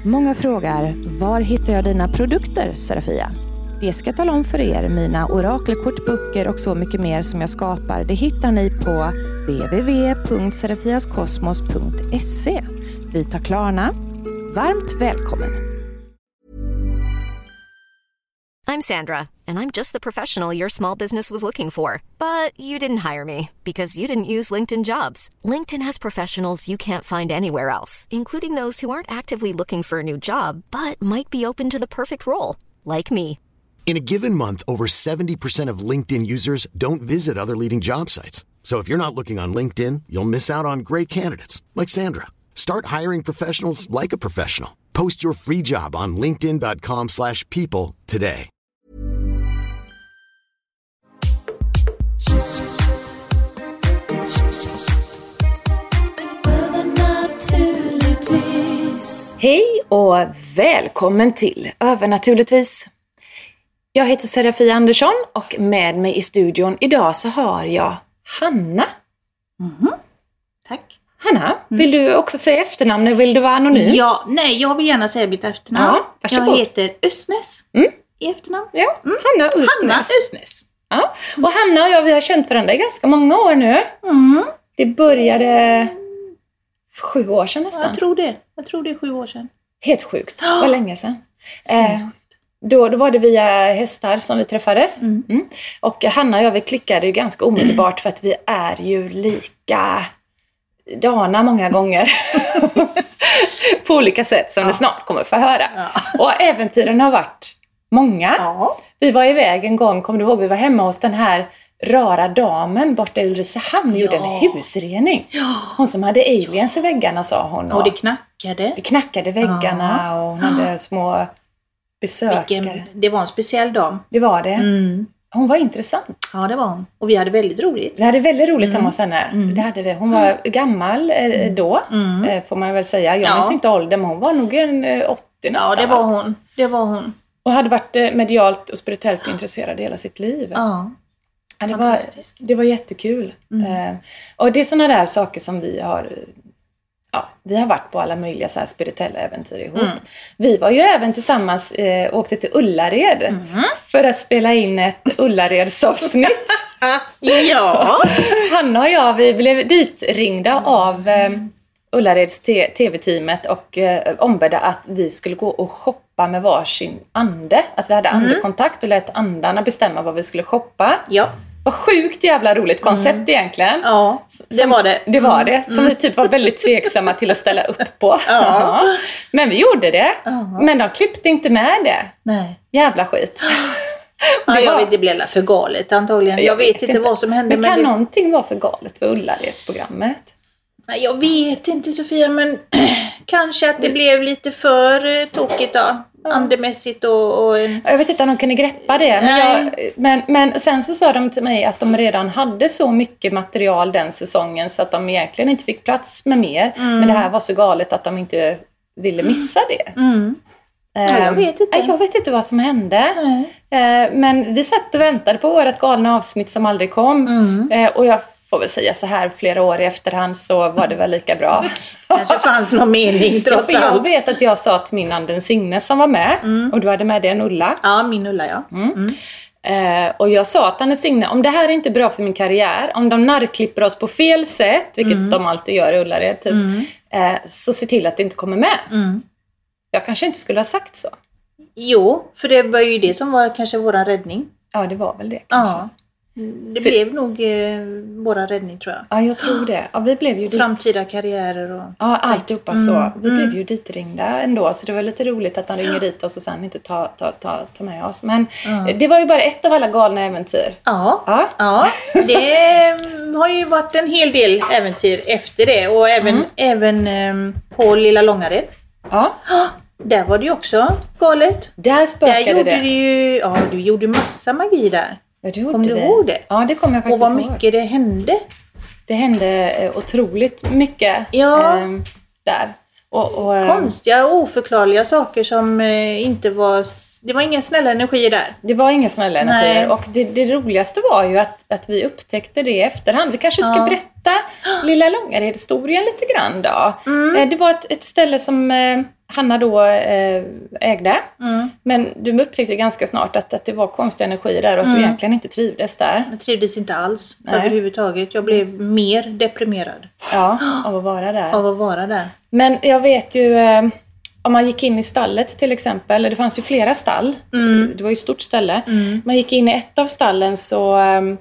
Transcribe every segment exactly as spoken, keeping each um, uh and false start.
Många frågar, var hittar jag dina produkter, Serafia? Det ska jag tala om för er. Mina orakelkort, böcker och så mycket mer som jag skapar, det hittar ni på w w w punkt serafiaskosmos punkt se. Vi tar Klarna. Varmt välkommen! I'm Sandra, and I'm just the professional your small business was looking for. But you didn't hire me because you didn't use LinkedIn Jobs. LinkedIn has professionals you can't find anywhere else, including those who aren't actively looking for a new job, but might be open to the perfect role, like me. In a given month, over seventy percent of LinkedIn users don't visit other leading job sites. So if you're not looking on LinkedIn, you'll miss out on great candidates like Sandra. Start hiring professionals like a professional. Post your free job on linkedin dot com slash people today. Hej och välkommen till Övernaturligtvis. Jag heter Serafia Andersson och med mig i studion idag så har jag Hanna. Mm-hmm. Tack. Hanna, vill du också säga efternamn eller vill du vara anonym? Ja, nej, jag vill gärna säga mitt efternamn. Ja, jag heter Östnäs mm. i efternamn. Ja, mm. Hanna Östnäs. Hanna Östnäs. Ja, och Hanna och jag, vi har känt varandra i ganska många år nu. Mm. Det började för sju år sedan nästan. Jag tror det. Jag tror det är sju år sedan. Helt sjukt. Det var länge sedan. Eh, då, då var det via hästar som vi träffades. Mm. Mm. Och Hanna och jag, vi klickade ju ganska omedelbart för att vi är ju lika dana många gånger. På olika sätt som ja. Ni snart kommer få höra. Ja. Och äventyren har varit många. Ja. Vi var iväg en gång, kommer du ihåg, vi var hemma hos den här rara damen borta i Ulricehamn och ja. Gjorde en husrening. Ja. Hon som hade aliens i väggarna, sa hon. Och, och det knackade. Det knackade väggarna ja. Och hon hade små besökare. Vilken, det var en speciell dam. Det var det. Mm. Hon var intressant. Ja, det var hon. Och vi hade väldigt roligt. Vi hade väldigt roligt mm. hemma hos henne. Mm. Det hade vi. Hon var gammal eh, då, mm. får man väl säga. Jag ja. minns inte åldern, men hon var nog en eh, åttio nästan. Ja, det var hon. Det var hon. Och hade varit eh, medialt och spirituellt intresserad hela sitt liv. Ja. Ja, det, var, det var jättekul. Mm. Eh, och det är sådana där saker som vi har... Ja, vi har varit på alla möjliga så här spirituella äventyr ihop. Mm. Vi var ju även tillsammans, eh, åkte till Ullared mm. för att spela in ett Ullareds-avsnitt. Ja. Hanna och jag, vi blev ditringda mm. av eh, Ullareds te- tv-teamet och eh, ombedda att vi skulle gå och shoppa med varsin ande. Att vi hade mm. andekontakt och lät andarna bestämma vad vi skulle shoppa. Ja. Vad sjukt jävla roligt koncept mm. egentligen. Ja, det som, var det. Det var det. Som mm. vi typ var väldigt tveksamma till att ställa upp på. Ja. Men vi gjorde det. Uh-huh. Men de klippte inte med det. Nej. Jävla skit. Ja, jag vet, det blev för galet antagligen. Jag, jag vet, vet inte vad som hände. Men kan men det... någonting vara för galet för Ullareds-programmet? Nej, jag vet inte, Sofia, men kanske att det blev lite för eh, tokigt då. Ja. Andemässigt och, och en... Jag vet inte om de kunde greppa det. Men, jag, men, men sen så sa de till mig att de redan hade så mycket material den säsongen så att de egentligen inte fick plats med mer. Mm. Men det här var så galet att de inte ville missa det. Mm. Ja, jag vet inte. Jag vet inte vad som hände. Nej. Men vi satt och väntade på vårt galna avsnitt som aldrig kom. Mm. Och jag får väl säga så här, flera år i efterhand så var det väl lika bra. Kanske fanns någon mening trots ja, allt. Jag vet att jag sa till min anden Signe som var med. Mm. Och du hade med dig en Ulla. Ja, min Ulla, ja. Mm. Mm. Eh, och jag sa till anden Signe, om det här är inte bra för min karriär, om de narrklipper oss på fel sätt, vilket mm. de alltid gör i Ullared, typ, mm. eh, så se till att det inte kommer med. Mm. Jag kanske inte skulle ha sagt så. Jo, för det var ju det som var kanske våran räddning. Ja, det var väl det kanske. Ja. Det för... blev nog eh, våra räddning, tror jag. Ja, jag tror det. Ja, vi blev ju dit... Framtida karriärer och... Ja, alltihopa mm. så. Vi mm. blev ju ditringda ändå. Så det var lite roligt att han ringer dit oss och sen inte ta, ta, ta, ta med oss. Men mm. det var ju bara ett av alla galna äventyr. Ja, ja. ja. Det har ju varit en hel del äventyr efter det. Och även, mm. även eh, på Lilla Långared. Ja. Där var det ju också galet. Där spökade där gjorde det. Du ju, ja, du gjorde massa magi där. Ja, det gjorde Kom du vi. ihåg det? Ja, det kommer jag faktiskt ihåg. Och vad ihåg. mycket det hände. Det hände eh, otroligt mycket ja. eh, där. Och, och, eh, konstiga och oförklarliga saker som eh, inte var... Det var inga snälla energier där. Det var inga snälla energier. Nej. Och det, det roligaste var ju att, att vi upptäckte det i efterhand. Vi kanske ska ja. berätta Lilla Långared-historien lite grann då. Mm. Eh, det var ett, ett ställe som... Eh, Hanna då eh, ägde. Mm. Men du upptäckte ganska snart att, att det var konstig energi där och att Mm. du egentligen inte trivdes där. Jag trivdes inte alls Nej. överhuvudtaget. Jag blev mer deprimerad Ja, av att vara där. av att vara där. Men jag vet ju, eh, om man gick in i stallet till exempel, det fanns ju flera stall, Mm. det var ju ett stort ställe. Mm. Man gick in i ett av stallen så,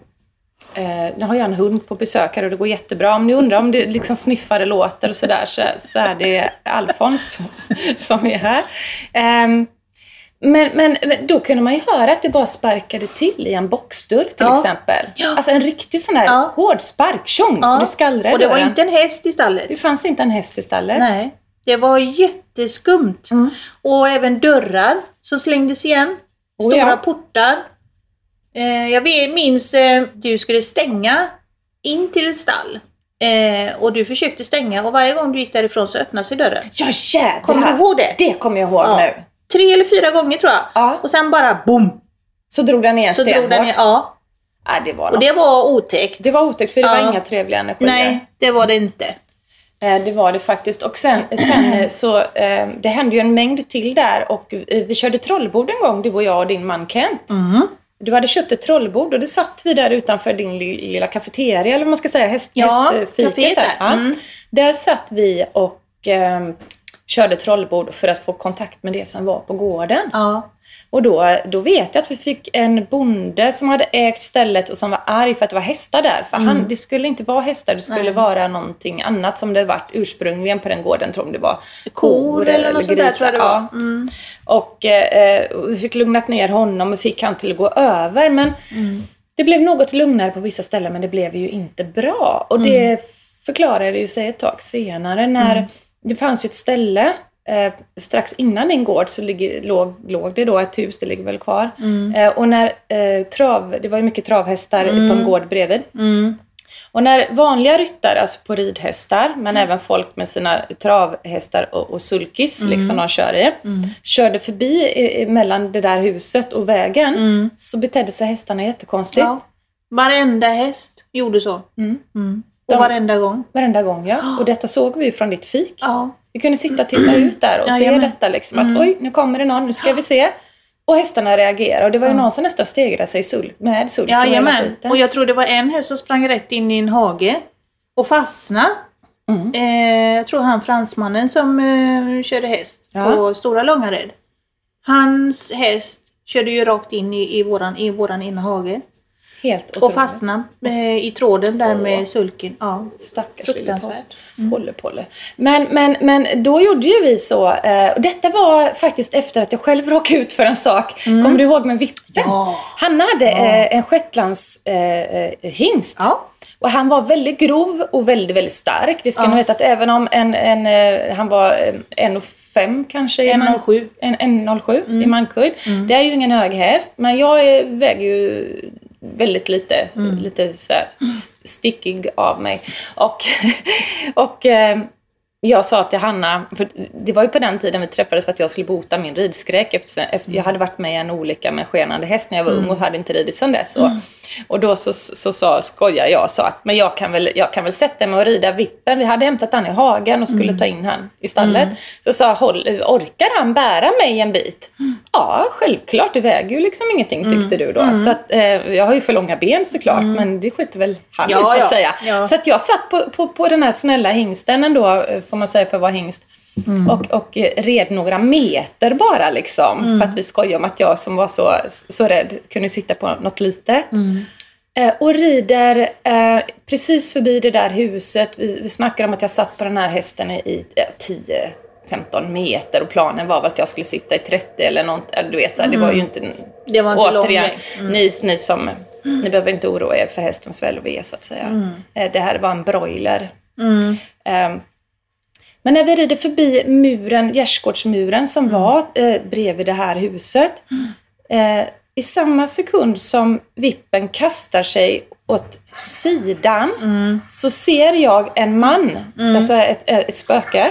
eh, nu har jag en hund på besök här och det går jättebra. Om ni undrar om det liksom sniffar eller låter och sådär så, så är det Alfons som är här. Eh, men, men då kunde man ju höra att det bara sparkade till i en boxdörr till Ja. exempel. Ja. Alltså en riktig sån här Ja. hård spark, tjong, Ja. och det skallrade Och det var dörren. inte en häst i stallet. Det fanns inte en häst i stallet. Nej, det var jätteskumt. Mm. Och även dörrar som slängdes igen. Oh, Stora ja. portar. Eh, jag vet, minns eh, du skulle stänga in till ett stall. Eh, och du försökte stänga och varje gång du gick därifrån så öppnade sig dörren. Ja, jädrar. Kommer du ihåg det? Det kommer jag ihåg Ja. nu. Tre eller fyra gånger tror jag. Ja. Och sen bara boom! Så drog den ner Så drog stenhårt. den ner, ja. Ja, det var Och något. det var otäckt. Det var otäckt för det Ja. var inga trevliga energier. Nej, det var det inte. Eh, Det var det faktiskt. Och sen, sen eh, så, eh, det hände ju en mängd till där och eh, vi körde trollbord en gång, du och jag och din man Kent. Mm. Du hade köpt ett trollbord och det satt vi där utanför din li- lilla kafeteria, eller vad man ska säga, häst, Ja, hästfiket kaféet där. där. Ja. Mm. Där satt vi och eh, körde trollbord för att få kontakt med det som var på gården. Ja. Och då, då vet jag att vi fick en bonde som hade ägt stället och som var arg för att det var hästar där. För han, det skulle inte vara hästar, det skulle Nej. vara någonting annat som det varit ursprungligen på den gården. Tror jag det var Kor eller något sånt där tror jag det var. Ja. Mm. Och, eh, och vi fick lugnat ner honom och fick han till att gå över. Men det blev något lugnare på vissa ställen, men det blev ju inte bra. Och det förklarade ju sig ett tag senare när det fanns ju ett ställe Eh, strax innan din gård så ligger, låg, låg det då ett hus, det ligger väl kvar. Mm. Eh, och när eh, trav, det var ju mycket travhästar Mm. på en gård bredvid. Mm. Och när vanliga ryttare, alltså på ridhästar, men även folk med sina travhästar och, och sulkis, Mm. liksom de kör i, Mm. körde förbi i, i, mellan det där huset och vägen, Mm. så betedde sig hästarna jättekonstigt. Ja. Varenda häst gjorde så. Mm. Mm. Och De- varenda gång. Varenda gång, ja. Och detta såg vi ju från ditt fik. Ja. Vi kunde sitta och titta ut där och se Jajamän. detta liksom. Att Mm. oj, nu kommer det någon, nu ska vi se. Och hästarna reagerar. Och det var ju någon som nästan stegrade sig sul- med sulk. Ja, och hela jajamän. skiten. Och jag tror det var en häst som sprang rätt in i en hage och fastnade. Mm. Eh, jag tror han fransmannen som eh, körde häst Ja. på Stora Långared. Hans häst körde ju rakt in i, i våran, i våran ena hage. Helt Och otroligt. fastnade eh, i tråden där med sulken. Ja. Stackars lille Fruktansvärt. påse. Polle, polle. Men, men, men då gjorde ju vi så. Eh, och detta var faktiskt efter att jag själv råkade ut för en sak. Kommer du ihåg med Vippen? Ja. Hanna hade eh, en shetlands eh, eh, hingst. Ja. Och han var väldigt grov och väldigt, väldigt stark. Det ska Ja. ni veta att även om en, en, eh, han var eh, en komma fem kanske. i en man- komma sju. En en komma noll sju i mankudd. Det är ju ingen hög häst. Men jag är, väger ju väldigt lite, lite så här st- stickig av mig. Och, och eh, jag sa till Hanna, för det var ju på den tiden vi träffades för att jag skulle bota min ridskräck. Efter, efter, jag hade varit med i en olycka med skenande häst när jag var ung och hade inte ridit sedan dess. Och, och då så, så, så skojar jag och sa att men jag, kan väl, jag kan väl sätta mig och rida Vippen. Vi hade hämtat han i hagen och skulle ta in han i stallet. Så sa Håll, orkar han bära mig en bit? Ja, självklart. Det väger ju liksom ingenting tyckte du då. Så att, eh, jag har ju för långa ben såklart, men det skiter väl han Ja, i så att ja, säga. ja. Så att jag satt på, på, på den här snälla hingsten ändå, eh, får man säga för att vara hingst. Och, och eh, red några meter bara liksom. För att vi skojade om att jag som var så, så rädd kunde sitta på något litet. Eh, och rider eh, precis förbi det där huset. Vi, vi snackade om att jag satt på den här hästen i, i eh, tio femton meter. Och planen var väl att jag skulle sitta i trettio eller något. Eller du vet, så här, det var ju inte... Det var inte lång återigen, väg. Mm. ni, ni som... Ni behöver inte oroa er för hästens väl och ve så att säga. Eh, det här var en broiler. Mm. Eh, men när vi rider förbi muren, gärdsgårdsmuren som var eh, bredvid det här huset. Eh, I samma sekund som Vippen kastar sig åt sidan så ser jag en man, alltså ett, ett spöke,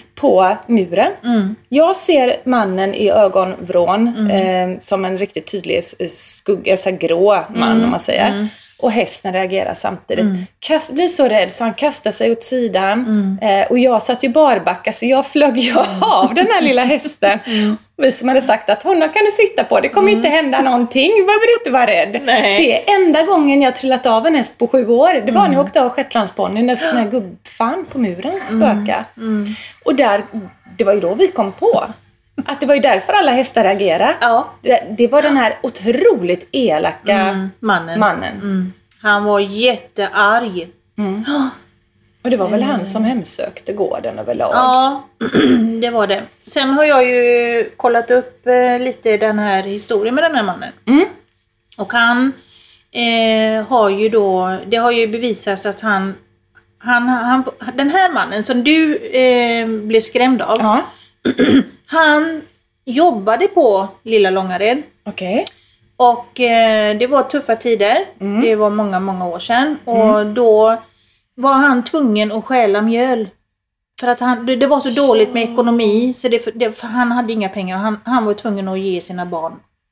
på muren. Jag ser mannen i ögonvrån eh, som en riktigt tydlig skugga, så här grå man om man säger. och hästen reagerar samtidigt. Mm. Kast, blir så rädd så han kastar sig åt sidan. Mm. Eh, och jag satt ju barbacka så jag flög ju Mm. av den här lilla hästen. Mm. Vi som hade sagt att honom kan du sitta på, det kommer mm. inte hända någonting, behöver du inte vara rädd. Nej. Det är enda gången jag trillat av en häst på sju år. Det var mm. när jag åkte av Shetlandsponnyn när, när gubbfan på muren spöka. Mm. Mm. Och där, det var ju då vi kom på att det var ju därför alla hästar reagerade. Ja. Det, det var den här otroligt elaka mm. mannen. mannen. Mm. Han var jättearg. Mm. Och det var väl mm. han som hemsökte gården överlag. Ja, det var det. Sen har jag ju kollat upp eh, lite den här historien med den här mannen. Mm. Och han eh, har ju då, det har ju bevisats att han, han, han den här mannen som du eh, blev skrämd av. Ja. Han jobbade på Lilla Långared. Okej. Okay. Och eh, det var tuffa tider. Mm. Det var många, många år sedan. Och mm. då var han tvungen att stjäla mjöl. För att han, det, det var så dåligt med ekonomi. Så det, det, för han hade inga pengar. Han, han var tvungen att ge sina barn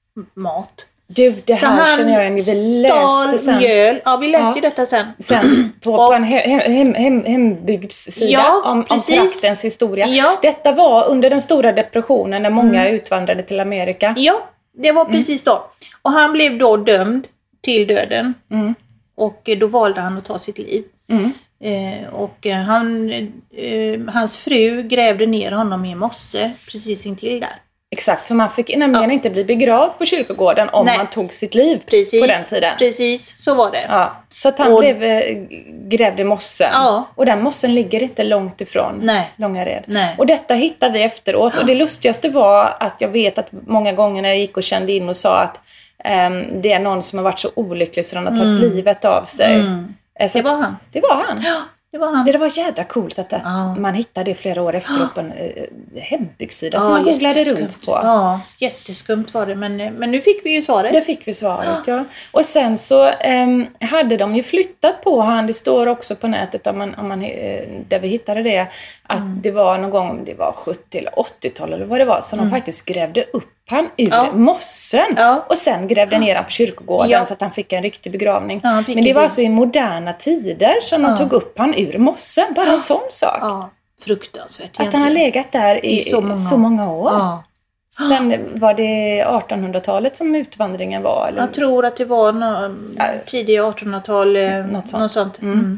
mat. Du, det här känner jag igen. Vi läste sen. Mjöl. Ja, vi läste ja. ju detta sen. Sen på, och, på en hem, hem, hem, hembygdssida ja, om, om traktens historia. Ja. Detta var under den stora depressionen när många mm. utvandrade till Amerika. Ja, det var precis mm. då. Och han blev då dömd till döden. Mm. Och då valde han att ta sitt liv. Mm. Eh, och han, eh, hans fru grävde ner honom i en mosse precis intill där. Exakt, för man fick nämligen ja. inte bli begravd på kyrkogården om Nej. man tog sitt liv precis, på den tiden. Precis, så var det. Ja, så att han och, blev eh, grävd i mossen. Ja. Och den mossen ligger inte långt ifrån Nej. Långared. Nej. Och detta hittade vi efteråt. Ja. Och det lustigaste var att jag vet att många gånger när jag gick och kände in och sa att um, det är någon som har varit så olycklig så den har tagit mm. livet av sig. Mm. Så det var han. Det var han. Ja. Det var, han. Det var jädra coolt att, att ja. man hittade det flera år efteråt på en äh, hembygdssida ja, som man googlade runt på. Ja, jätteskumt var det. Men, men nu fick vi ju svaret. Det fick vi svaret, ja. ja. Och sen så ähm, hade de ju flyttat på han. Det står också på nätet om man, om man, äh, där vi hittade det. Att mm. det var någon gång, det var sjuttio- eller åttiotal eller vad det var. Så mm. de faktiskt grävde upp han ur ja. mossen. Ja. Och sen grävde ner han på kyrkogården ja. så att han fick en riktig begravning. Ja, men det var alltså i moderna tider som ja. de tog upp han ur mossen. Bara en sån sak. Ja. Fruktansvärt. Att han har legat där i, I så, många. så många år. Ja. Sen var det artonhundratalet som utvandringen var. Eller? Jag tror att det var no, tidiga artonhundratal. Eh, något sånt. Något sånt. Mm. Mm.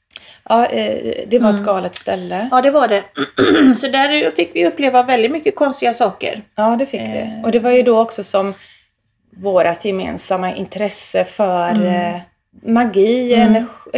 Ja, det var ett galet ställe. Ja, det var det. Så där fick vi uppleva väldigt mycket konstiga saker. Ja, det fick vi. Och det var ju då också som vårat gemensamma intresse för mm. magi, mm. energi,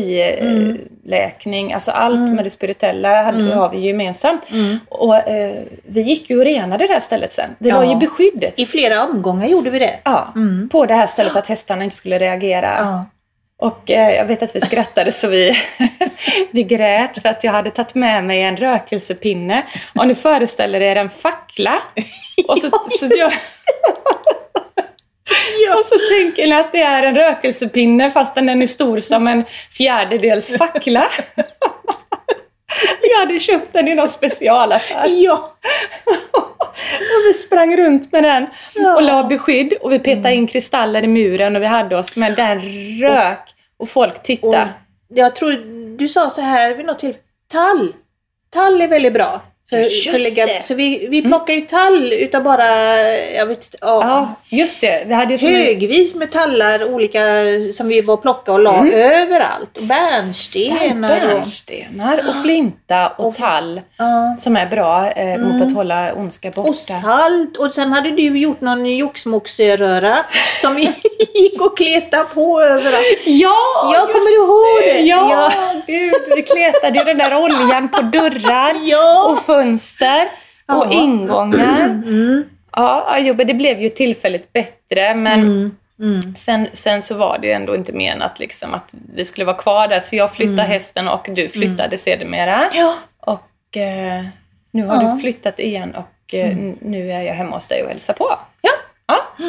energiläkning. Alltså allt mm. med det spirituella mm. har vi gemensamt. Mm. Och eh, vi gick ju och renade det här stället sen. Det ja. var ju beskydd. I flera omgångar gjorde vi det. Ja, mm. på det här stället för att hästarna inte skulle reagera. Ja. Och eh, jag vet att vi skrattade så vi, vi grät för att jag hade tagit med mig en rökelsepinne. Och nu föreställer er en fackla. Och så, ja, så, jag, ja. och så tänker ni att det är en rökelsepinne fast den är stor som en fjärdedels fackla. Jag hade köpt den i någon specialaffär. Ja. Och vi sprang runt med den ja. och la beskydd. Och vi petade in kristaller i muren och vi hade oss. Men den rök och folk tittade. Och jag tror du sa så här vid något till tall. Tall är väldigt bra. För, just för lägga, det. Så vi, vi plockar ju tall utav bara, jag vet inte, ja, ja just det. Vi hade högvis med tallar olika som vi var plocka och la mm. överallt. Och bärnstenar. Bärnstenar och, och flinta och, och tall uh. som är bra eh, mm. mot att hålla ondska borta. Och salt. Och sen hade du gjort någon joxmoxröra som vi gick och kleta på överallt. Ja, jag kommer ihåg det. Ja, ja. Gud, vi kletade ju den där oljan på dörrar. Ja. Och fönster och ja. ingångar. Mm. Ja, Jobbe, det blev ju tillfälligt bättre. Men mm. Mm. Sen, sen så var det ju ändå inte menat liksom, att vi skulle vara kvar där. Så jag flyttade mm. hästen och du flyttade mm. sedermera. Ja. Och eh, nu har ja. du flyttat igen och eh, mm. nu är jag hemma hos dig och hälsar på. Ja. Ja.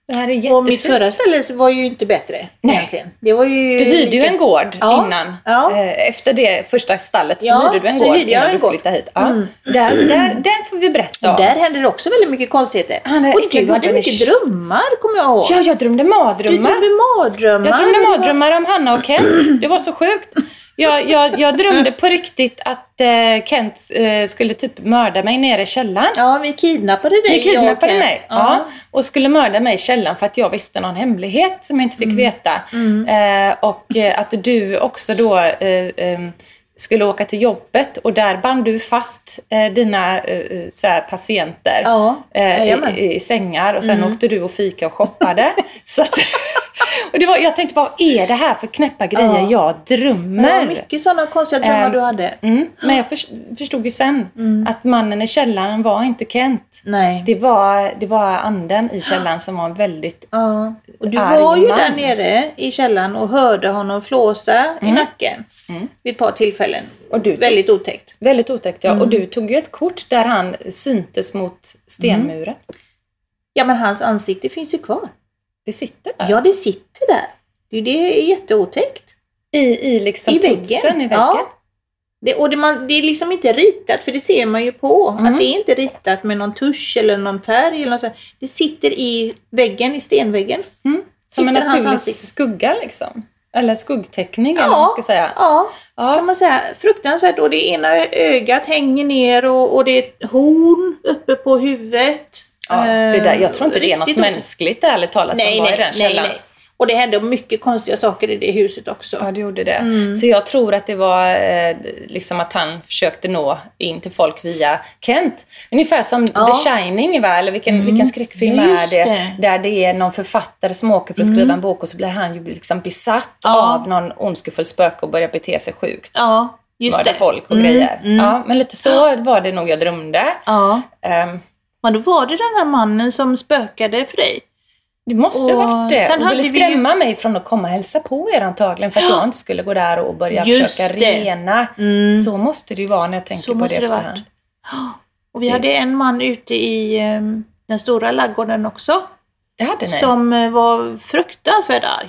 Det här är jättefint. Och mitt förra ställe var ju inte bättre. Nej. Egentligen. Det var ju du hyrde lika... ju en gård ja. innan. Ja. Efter det första stallet så ja, hyrde du en så gård hyrde jag innan en du gård. flyttade hit. Ja. Mm. Där, där, den får vi berätta om. Och där hände det också väldigt mycket konstigheter. Han och du hade mycket är... drömmar, kommer jag ihåg. Ja, jag drömde mardrömmar. Du drömde mardrömmar. Jag drömde mardrömmar om Hanna och Kent. Det var så sjukt. Jag, jag, jag drömde på riktigt att eh, Kent eh, skulle typ mörda mig nere i källaren. Ja, vi kidnappade dig. Vi kidnappade jag och mig. Ja. Ja, och skulle mörda mig i källaren för att jag visste någon hemlighet som jag inte fick mm. veta. Mm. Eh, och eh, att du också då eh, eh, skulle åka till jobbet och där band du fast eh, dina eh, så här, patienter ja. eh, i, i sängar och sen mm. åkte du och fika och shoppade. Så att, och det var, jag tänkte, vad är det här för knäppa grejer ja. jag drömmer? Det var mycket sådana konstiga drömmar um, du hade. Mm, men jag förstod ju sen mm. att mannen i källaren var inte Kent. Nej. Det var, det var anden i källaren som var en väldigt ja. Och du var ju man. där nere i källaren och hörde honom flåsa mm. i nacken mm. vid ett par tillfällen. Och du väldigt tog, otäckt. Väldigt otäckt, ja. Mm. Och du tog ju ett kort där han syntes mot stenmuren. Mm. Ja, men hans ansikte finns ju kvar. Det sitter där. Ja, det sitter där. Det, det är jätteotäckt. I, i liksom I väggen. Putsen, i väggen. Ja. Det, och det, man, det är liksom inte ritat, för det ser man ju på. Mm. Att det är inte ritat med någon tusch eller någon färg. Eller något sånt. Det sitter i väggen, i stenväggen. Mm. Som en naturlig skugga liksom. Eller skuggteckning, ja, eller vad man ska säga. Ja, ja, kan man säga. Fruktansvärt. Och det ena ögat hänger ner och, och det är ett horn uppe på huvudet. Ja, det där, jag tror inte det är något mänskligt ärligt talat som var i den källan. Nej, nej. Och det hände mycket konstiga saker i det huset också. Ja, det gjorde det. Mm. Så jag tror att det var eh, liksom att han försökte nå in till folk via Kent. Ungefär som ja. The Shining, va? Eller vilken, mm. vilken skräckfilm ja, är det, det? Där det är någon författare som åker för att skriva mm. en bok och så blir han ju liksom besatt ja. av någon ondskefull spöke och börjar bete sig sjukt. Ja, just det. folk och mm. grejer. Mm. Ja, men lite så var det nog jag drömde. Ja. Um, Men då var det den här mannen som spökade för dig. Det måste ju ha varit det. Sen och ville skrämma vi... mig från att komma och hälsa på er antagligen. För att jag inte skulle gå där och börja Just försöka det. rena. Mm. Så måste det ju vara när jag tänker Så på det efterhand. Det och vi hade en man ute i um, den stora laggården också. Det hade ni. Som uh, var fruktansvärt arg.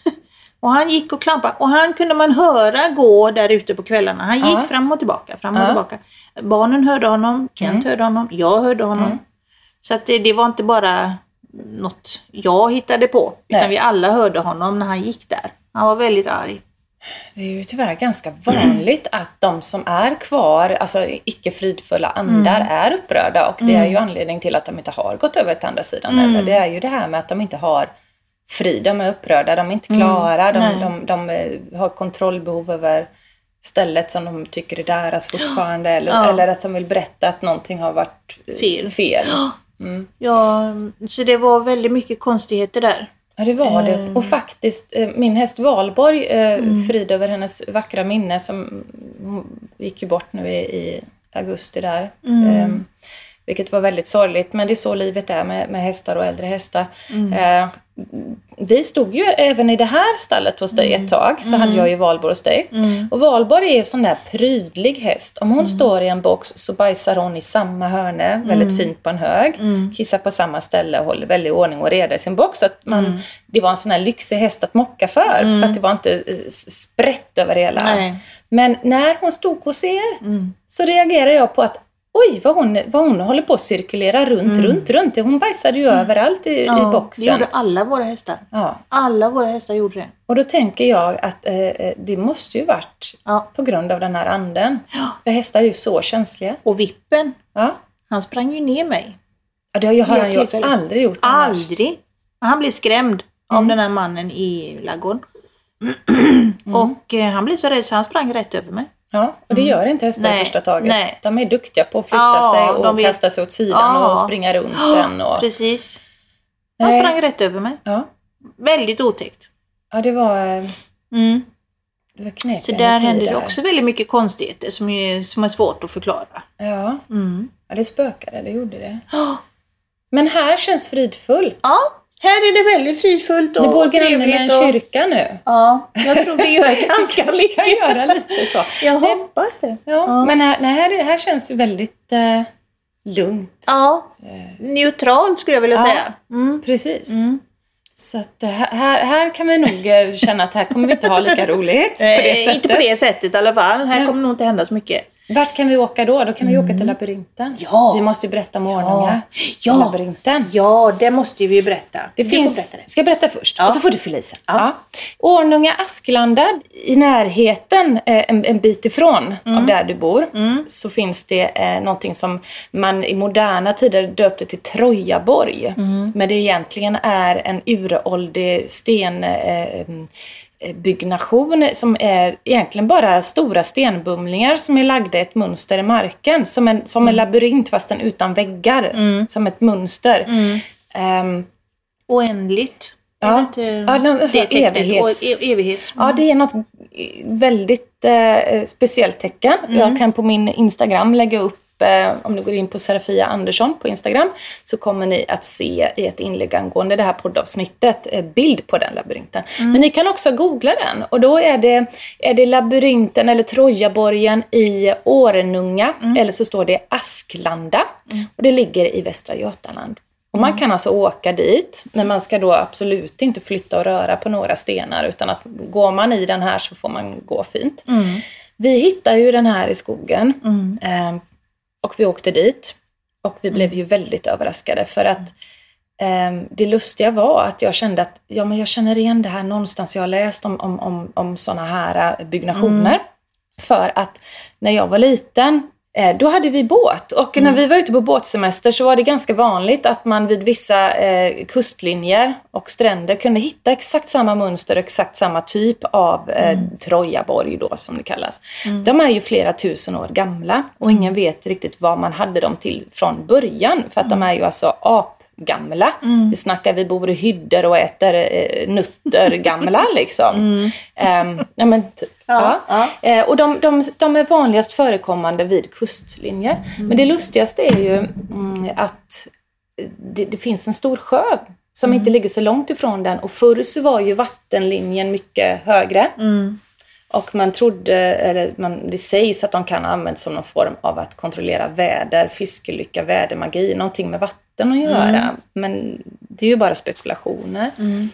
Och han gick och klampade. Och han kunde man höra gå där ute på kvällarna. Han gick ja. fram och tillbaka. Fram och ja. tillbaka. Barnen hörde honom. Kent mm. hörde honom. Jag hörde honom. Mm. Så att det, det var inte bara något jag hittade på. Nej. Utan vi alla hörde honom när han gick där. Han var väldigt arg. Det är ju tyvärr ganska vanligt mm. att de som är kvar, alltså icke fridfulla andar, mm. är upprörda. Och det är ju anledning till att de inte har gått över till andra sidan. Mm. Eller det är ju det här med att de inte har frid. De är upprörda, de är inte klara. Mm. De, de, de, de har kontrollbehov över stället som de tycker är deras fortfarande. Eller, ja. eller att de vill berätta att någonting har varit fel. fel. Mm. Ja, så det var väldigt mycket konstigheter där. Ja, det var det. Mm. Och faktiskt, min häst Valborg, mm. frid över hennes vackra minne, som hon gick ju bort nu i, i augusti där. Mm. Um, vilket var väldigt sorgligt, men det är så livet är med, med hästar och äldre hästar. Mm. Uh, vi stod ju även i det här stallet hos dig ett tag, så mm. hade jag ju Valborg hos dig. Mm. Och Valborg är ju sån där prydlig häst. Om hon mm. står i en box så bajsar hon i samma hörne, mm. väldigt fint på en hög. Mm. Kissar på samma ställe och håller väldigt ordning och reda i sin box. Så att man, mm. det var en sån här lyxig häst att mocka för, mm. för att det var inte sprätt över hela. Nej. Men när hon stod hos er mm. så reagerade jag på att oj, vad hon, vad hon håller på att cirkulera runt, mm. runt, runt. Hon bajsade ju mm. överallt i, ja, i boxen. Det gjorde alla våra hästar. Ja. Alla våra hästar gjorde det. Och då tänker jag att eh, det måste ju varit ja. på grund av den här anden. Ja. För hästar är ju så känsliga. Och vippen, ja. han sprang ju ner mig. Ja, det har, har han ju aldrig gjort. Aldrig. Annars. Han blev skrämd mm. av den här mannen i laggården. Mm. Och eh, han blev så rädd så han sprang rätt över mig. Ja, och det gör inte hästar i första taget. Nej. De är duktiga på att flytta ja, sig och kasta sig åt sidan ja. och springa runt ja, den. Och... Precis. Han nej. sprang rätt över mig. Ja. Väldigt otäckt. Ja, det var... Mm. Det var knäppt. Så där hände det också väldigt mycket konstigheter som är, som är svårt att förklara. Ja, mm. ja det spökade, det gjorde det. Oh. Men här känns fridfullt. Ja. Här är det väldigt fridfullt och trevligt. Du bor granne med en och... kyrka nu. Ja, jag tror det gör ganska mycket. Kan göra lite så. Jag hoppas det. Ja, ja. Men här, nej, här, här känns det väldigt, eh, lugnt. Ja, neutralt skulle jag vilja ja, säga. Mm. Precis. Mm. Så att här, här kan vi nog känna att här kommer vi inte ha lika roligt på det sättet. Inte på det sättet i alla fall. Här kommer nog inte hända så mycket. Vart kan vi åka då? Då kan vi mm. åka till labyrinten. Ja. Vi måste ju berätta om Ornunga. Ja. Labyrinten. Ja, det måste vi berätta. Det du finns... berätta det. Ska jag berätta först? Ja. Och så får du fylla i sen. Ja. Ja. Ornunga, Asklanda, i närheten, en, en bit ifrån mm. av där du bor, mm. så finns det eh, någonting som man i moderna tider döpte till Trojaborg. Mm. Men det egentligen är en uråldrig sten... Eh, byggnation som är egentligen bara stora stenbumlingar som är lagda i ett mönster i marken. Som en, som en mm. labyrint fast den utan väggar. Mm. Som ett mönster. Mm. Um, Oändligt. Ja, ja alltså, det evighets, e- evighets. Mm. Ja, det är något väldigt eh, speciellt tecken. Mm. Jag kan på min Instagram lägga upp, eh, om du går in på Serafia Andersson på Instagram, så kommer ni att se i ett inlägg angående det här poddavsnittet eh, bild på den labyrinten. Mm. Men ni kan också googla den, och då är det, är det labyrinten eller Trojaborgen i Ornunga, mm. eller så står det Asklanda, mm. och det ligger i Västra Götaland. Och man kan alltså åka dit, men man ska då absolut inte flytta och röra på några stenar, utan att går man i den här så får man gå fint. Mm. Vi hittade ju den här i skogen mm. eh, och vi åkte dit, och vi blev ju väldigt överraskade för att eh, det lustiga var att jag kände att ja, men jag känner igen det här någonstans. Jag har läst om, om, om, om såna här byggnationer mm. för att när jag var liten, då hade vi båt, och när mm. vi var ute på båtsemester så var det ganska vanligt att man vid vissa eh, kustlinjer och stränder kunde hitta exakt samma mönster och exakt samma typ av eh, mm. Trojaborg då, som det kallas. Mm. De är ju flera tusen år gamla, och ingen vet riktigt vad man hade dem till från början, för att mm. de är ju alltså apgamla. Mm. Vi snackar, vi bor i hyddor och äter eh, nötter gamla liksom. Mm. Um, ja, men typ. Ja, ja. Eh, och de, de, de är vanligast förekommande vid kustlinjer. Mm. Men det lustigaste är ju mm, att det, det finns en stor sjö som mm. inte ligger så långt ifrån den. Och förr så var ju vattenlinjen mycket högre. Mm. Och man trodde, eller man, det sägs att de kan användas som någon form av att kontrollera väder, fiskelycka, vädermagi, någonting med vatten att göra. Mm. Men det är ju bara spekulationer. Mm.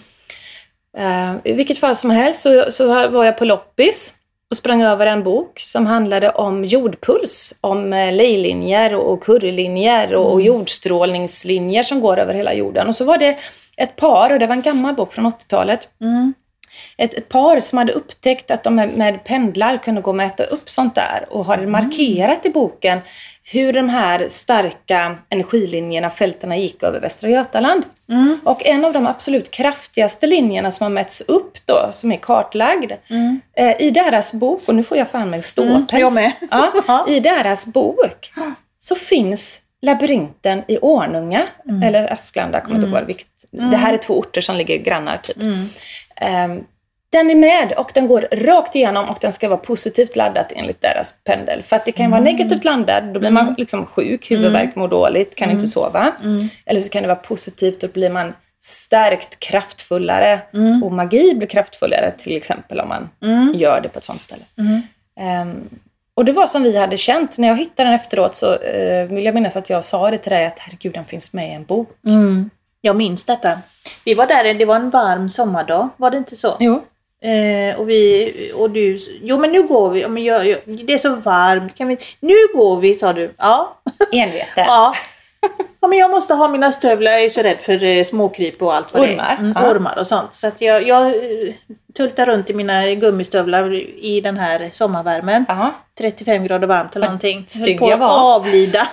Uh, I vilket fall som helst så, så var jag på loppis och sprang över en bok som handlade om jordpuls, om uh, lejlinjer och, och kurrelinjer och, mm. och jordstrålningslinjer som går över hela jorden. Och så var det ett par, och det var en gammal bok från åttiotalet. Mm. Ett, ett par som hade upptäckt att de med, med pendlar kunde gå och mäta upp sånt där, och hade markerat i boken hur de här starka energilinjerna, fälterna gick över Västra Götaland. Mm. Och en av de absolut kraftigaste linjerna som har mätts upp då, som är kartlagd, mm. eh, i deras bok, och nu får jag fan med ståpäls. Mm, jag med. Ja, i deras bok så finns labyrinten i Ornunga, mm. eller Asklanda, kommer inte ihåg vilket. Mm. Det här är två orter som ligger grannar typ. Mm. Um, den är med, och den går rakt igenom, och den ska vara positivt laddad enligt deras pendel. För att det kan vara mm. negativt laddad, då blir man liksom sjuk, huvudvärk, mår dåligt, kan mm. inte sova. Mm. Eller så kan det vara positivt, då blir man stärkt, kraftfullare. Mm. Och magi blir kraftfullare, till exempel om man mm. gör det på ett sånt ställe. Mm. Um, och det var som vi hade känt. När jag hittade den efteråt så uh, vill jag minnas att jag sa det till dig, att herregud, den finns med i en bok. Mm. Jag minns detta. Vi var där, det var en varm sommardag, var det inte så? Jo. Eh, och vi, och du, jo men nu går vi, men jag, jag, det är så varmt, kan vi, nu går vi, sa du. Ja. Envete. Ja. Ja, men jag måste ha mina stövlar, jag är så rädd för eh, småkryp och allt vad ormar. det är. Mm, ja. Ormar och sånt. Så att jag, jag eh, tultar runt i mina gummistövlar i den här sommarvärmen. Aha. trettiofem grader varmt eller någonting. Stygg på jag var. Att avlida.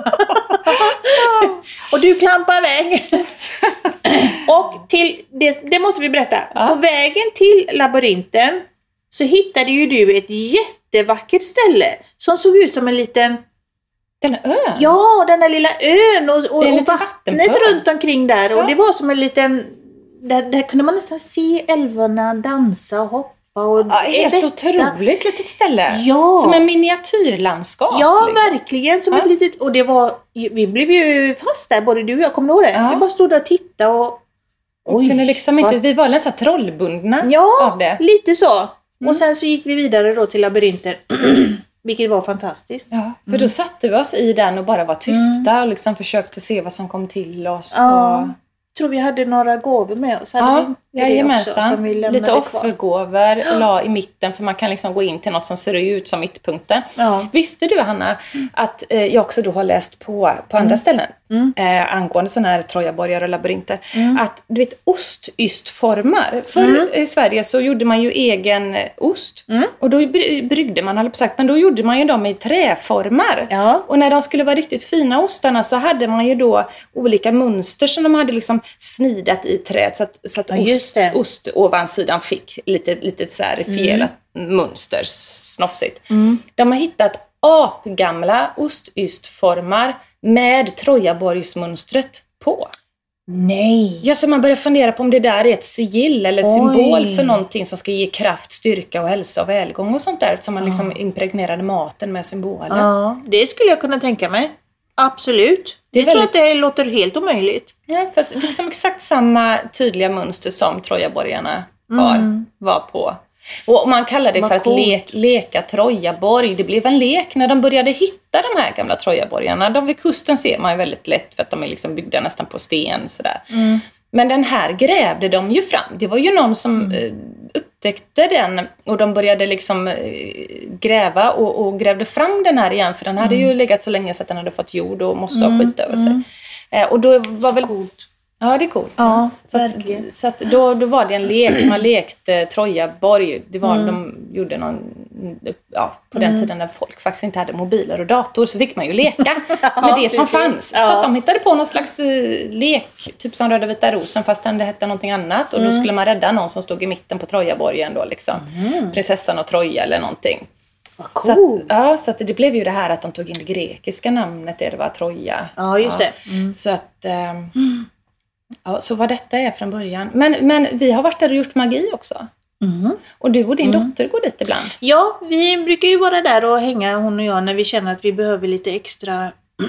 Och du klampar iväg. Och till, det, det måste vi berätta. Ja. På vägen till labyrinten så hittade ju du ett jättevackert ställe som såg ut som en liten... Den ön? Ja, den där lilla ön och, och, och vattnet runt omkring där. Ja. Och det var som en liten... Där, där kunde man nästan se älvarna dansa och hoppa. Och ja, helt rätta. Otroligt litet ställe. Ja. Som en miniatyrlandskap. Ja, liksom. Verkligen. Som ja. Ett litet... Och det var... Vi blev ju fast där, både du och jag. Kommer du ihåg det? Ja. Vi bara stod där och tittade och... Oj, kunde liksom inte, vi var nästan trollbundna ja, av det. Ja, lite så. Mm. Och sen så gick vi vidare då till labyrinten. Vilket var fantastiskt. Ja, för då satte vi oss i den och bara var tysta mm. och liksom försökte se vad som kom till oss. Ja. Och... Jag tror vi hade några gåvor med oss. Hade ja, vi jajamensan. Också, som vi lite offergåvor ja. la i mitten för man kan liksom gå in till något som ser ut som mittpunkten. Ja. Visste du, Hanna, att eh, jag också då har läst på, på andra mm. ställen mm. Eh, angående sådana här trojaborgar och labyrinter mm. att du vet ostystformar. Förr mm. i Sverige så gjorde man ju egen ost mm. och då bryggde man, håller på sagt, men då gjorde man ju dem i träformar. Ja. Och när de skulle vara riktigt fina ostarna så hade man ju då olika mönster som de hade liksom snidat i träet så att, så att ja, ost, ost ovansidan fick lite, lite så här refierat mm. mönster, snofsigt. Mm. De har hittat apgamla ostystformar med trojaborgsmönstret på. Nej! Ja, så man börjar fundera på om det där är ett sigill eller Oj. symbol för någonting som ska ge kraft, styrka och hälsa och välgång och sånt där. Som man liksom impregnerade maten med symboler. Ja, det skulle jag kunna tänka mig. Absolut. Det jag väldigt... tror att det låter helt omöjligt. Ja, fast det är liksom exakt samma tydliga mönster som trojaborgarna har, mm. var på. Och man kallar det Vad för cool. att le- leka Trojaborg. Det blev en lek när de började hitta de här gamla Trojaborgarna. De vid kusten ser man ju väldigt lätt för att de är liksom byggda nästan på sten. Sådär. Mm. Men den här grävde de ju fram. Det var ju någon som mm. upptäckte den och de började liksom gräva och, och grävde fram den här igen. För den hade mm. ju legat så länge så att den hade fått jord och mossa och skit över sig. Mm. Och då var så väl... coolt. Ja, det är coolt. Ja, så verkligen. Att, så att då, då var det en lek. Man lekte Trojaborg. Det var, mm. de gjorde någon... Ja, på den mm. tiden när folk faktiskt inte hade mobiler och dator så fick man ju leka ja, med det som fanns. Ja. Så att de hittade på någon slags uh, lek, typ som Röda vita rosen, fast det hette någonting annat. Och mm. då skulle man rädda någon som stod i mitten på Trojaborgen då liksom. Mm. Prinsessan och Troja eller någonting. Cool. Så att, ja, så att det blev ju det här att de tog in det grekiska namnet, det var Troja. Ja, just ja. det. Mm. Så att... Um, mm. Ja, så vad detta är från början. Men, men vi har varit där och gjort magi också. Mm. Och du och din mm. dotter går dit ibland. Ja, vi brukar ju vara där och hänga, hon och jag, när vi känner att vi behöver lite extra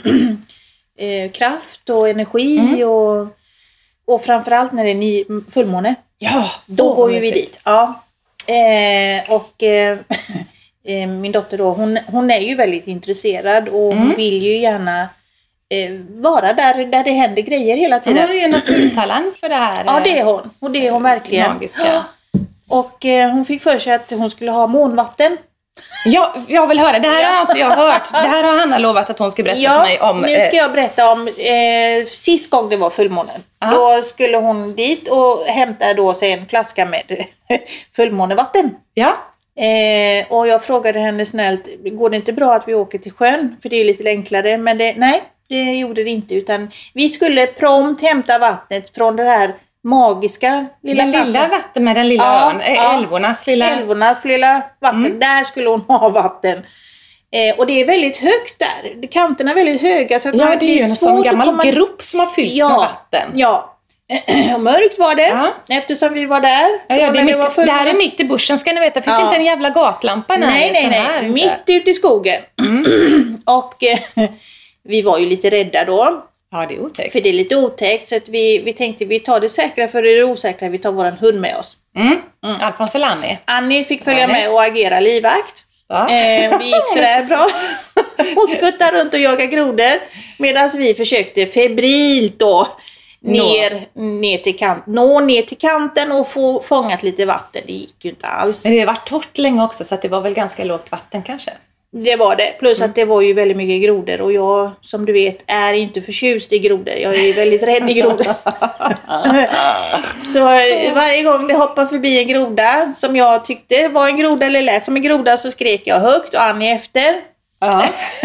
eh, kraft och energi. Mm. Och, och framförallt när det är ny fullmåne. Ja, då, då går ju vi dit. Ja. Eh, och eh, min dotter då, hon, hon är ju väldigt intresserad och mm. hon vill ju gärna vara där, där det händer grejer hela tiden. Hon är en naturtalang för det här. Ja, det är hon. Och det är hon verkligen. Magiska. Och eh, hon fick för sig att hon skulle ha månvatten. Ja, jag vill höra. Det här ja. har inte jag hört. Det här har Hanna lovat att hon ska berätta ja, för mig om. Nu ska jag berätta om eh, sist gång det var fullmånen. Aha. Då skulle hon dit och hämta då sig en flaska med fullmånevatten. Ja. Eh, och jag frågade henne snällt, går det inte bra att vi åker till sjön? För det är lite enklare. Men det, nej. Det gjorde det inte, utan vi skulle prompt hämta vattnet från det här magiska lilla Den platsen. Lilla vatten med den lilla ja, ön, ja, älvornas lilla... Älvornas lilla vatten, mm. där skulle hon ha vatten. Eh, och det är väldigt högt där, kanterna är väldigt höga. Så att ja, man, det är ju en sån gammal komma... grop som har fyllts ja, med vatten. Ja, och mörkt var det, ja. Eftersom vi var där. Ja, ja, det, är mitt, det, var det här är mitt i bussen, ska ni veta. Det finns ja. inte en jävla gatlampa. Nej, nej, nej, här, mitt ute i skogen. Mm. och... Eh, vi var ju lite rädda då. Ja, det är otäckt. För det är lite otäckt. Så att vi, vi tänkte vi tar det säkra för det osäkra. Vi tar våran hund med oss. Mm. Mm. Alfons och Annie. Annie fick följa med och agera livvakt. Ja. Eh, och det gick sådär bra. Hon skuttade runt och jagade grodor. Medan vi försökte febrilt då ner, ner till kant, nå ner till kanten och få fångat lite vatten. Det gick ju inte alls. Men det har varit torrt länge också så att det var väl ganska lågt vatten kanske. Det var det. Plus mm. att det var ju väldigt mycket grodor. Och jag, som du vet, är inte förtjust i grodor. Jag är ju väldigt rädd i grodor. Så varje gång det hoppar förbi en groda som jag tyckte var en groda eller lät som en groda, så skrek jag högt och Annie efter. Ja.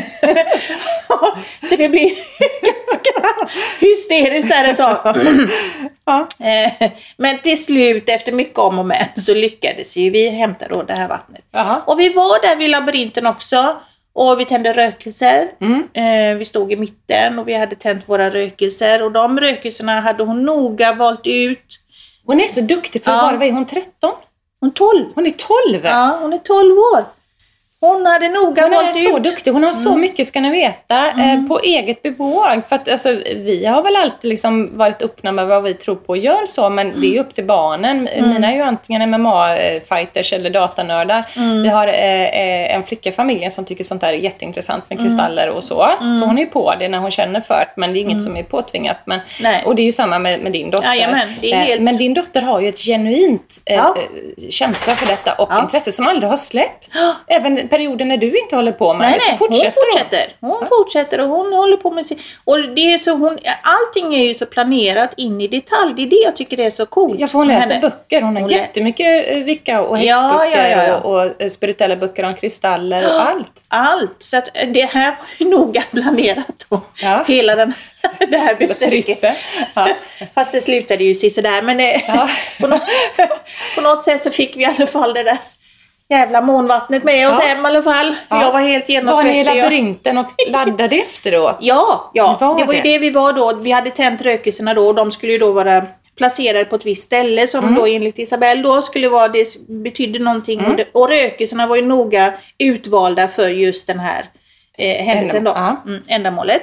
Så det blir ganska hysteriskt där ett tag. Ja. Men till slut, efter mycket om och men, så lyckades ju vi hämta då det här vattnet. Aha. Och vi var där vid labyrinten också. Och vi tände rökelser. Mm. Vi stod i mitten och vi hade tänt våra rökelser. Och de rökelserna hade hon noga valt ut. Hon är så duktig, för ja. Bara var hon tretton? Hon är tolv. Hon är tolv? Ja, hon är tolv år. Hon hade noga Hon är valt så ut. duktig. Hon har så Mm. mycket, ska ni veta, Mm. eh, på eget bevåg. För att alltså, vi har väl alltid liksom varit öppna med vad vi tror på och gör så. Men mm. det är ju upp till barnen. Mm. Mina är ju antingen M M A-fighters eller datanördar. Mm. Vi har eh, en flicka i familjen som tycker sånt där är jätteintressant med mm. kristaller och så. Mm. Så hon är ju på det när hon känner för det. Men det är inget mm. som är påtvingat. Men, och det är ju samma med, med din dotter. Jajamän, det är helt... eh, men din dotter har ju ett genuint eh, ja. känsla för detta och ja. intresse som aldrig har släppt. Ja. Även perioden när du inte håller på med nej, det, så nej, fortsätter hon fortsätter. Hon, hon ja. fortsätter och hon håller på med sin... Och det är så hon, allting är ju så planerat in i detalj. Det är det jag tycker det är så coolt. Ja, för hon läser henne. böcker. Hon har hon jättemycket vicka och häxböcker ja, ja, ja. Och, och spirituella böcker om kristaller och allt. Allt. Så att det här var ju noga planerat då. Ja. Hela den, det här besöket. Ja. Fast det slutade ju sådär. Men det, ja. på, något, på något sätt så fick vi i alla fall det där jävla månvattnet med oss ja. hem i alla fall. Ja. Jag var helt genomsvettig. Var ni i labyrinten och laddade efteråt? Ja, ja. Var det var det? ju det vi var då. Vi hade tänt rökelserna då och de skulle ju då vara placerade på ett visst ställe som mm. då enligt Isabelle då skulle vara, det betydde någonting. Mm. Och, det, och rökelserna var ju noga utvalda för just den här eh, händelsen då. Ja. Mm, ändamålet.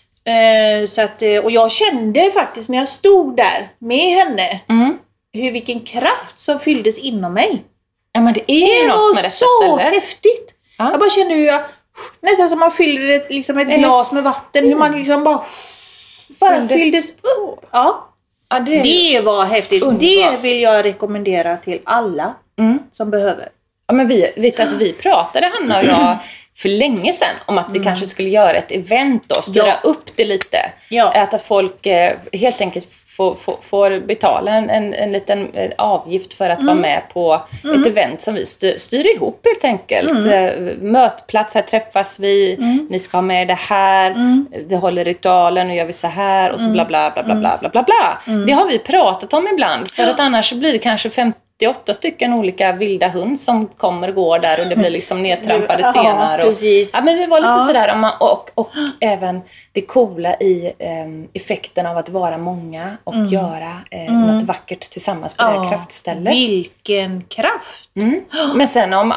Eh, så att, och jag kände faktiskt när jag stod där med henne mm. hur vilken kraft som fylldes inom mig. Ja, men det är det något med detta ställe. Det var så häftigt. Ja. Jag bara kände hur jag, nästan som man fyller ett, liksom ett glas med vatten. Mm. Hur man liksom bara, bara fylldes, fylldes upp. Ja. Ja, det, det var häftigt. Underbar. Det vill jag rekommendera till alla mm. som behöver. Ja, men vi vet att vi pratade, Hanna och jag, för länge sedan om att vi mm. kanske skulle göra ett event och styra ja. upp det lite. Ja. Att folk eh, helt enkelt får, får, får betala en, en, en liten avgift för att mm. vara med på mm. ett event som vi styr, styr ihop helt enkelt. Mm. Mötplats, här träffas vi, mm. ni ska ha med det här, mm. vi håller ritualen och gör vi så här och så bla bla bla bla bla bla bla bla. Mm. Det har vi pratat om ibland, för att annars blir det kanske femtioåtta stycken olika vilda hund som kommer och går där och det blir liksom nedtrampade stenar. Och, ja, men det var lite ja. sådär. Och, och, och även det coola i um, effekten av att vara många och mm. göra uh, mm. något vackert tillsammans på ja. det här kraftstället. Vilken kraft! Mm. Men sen om,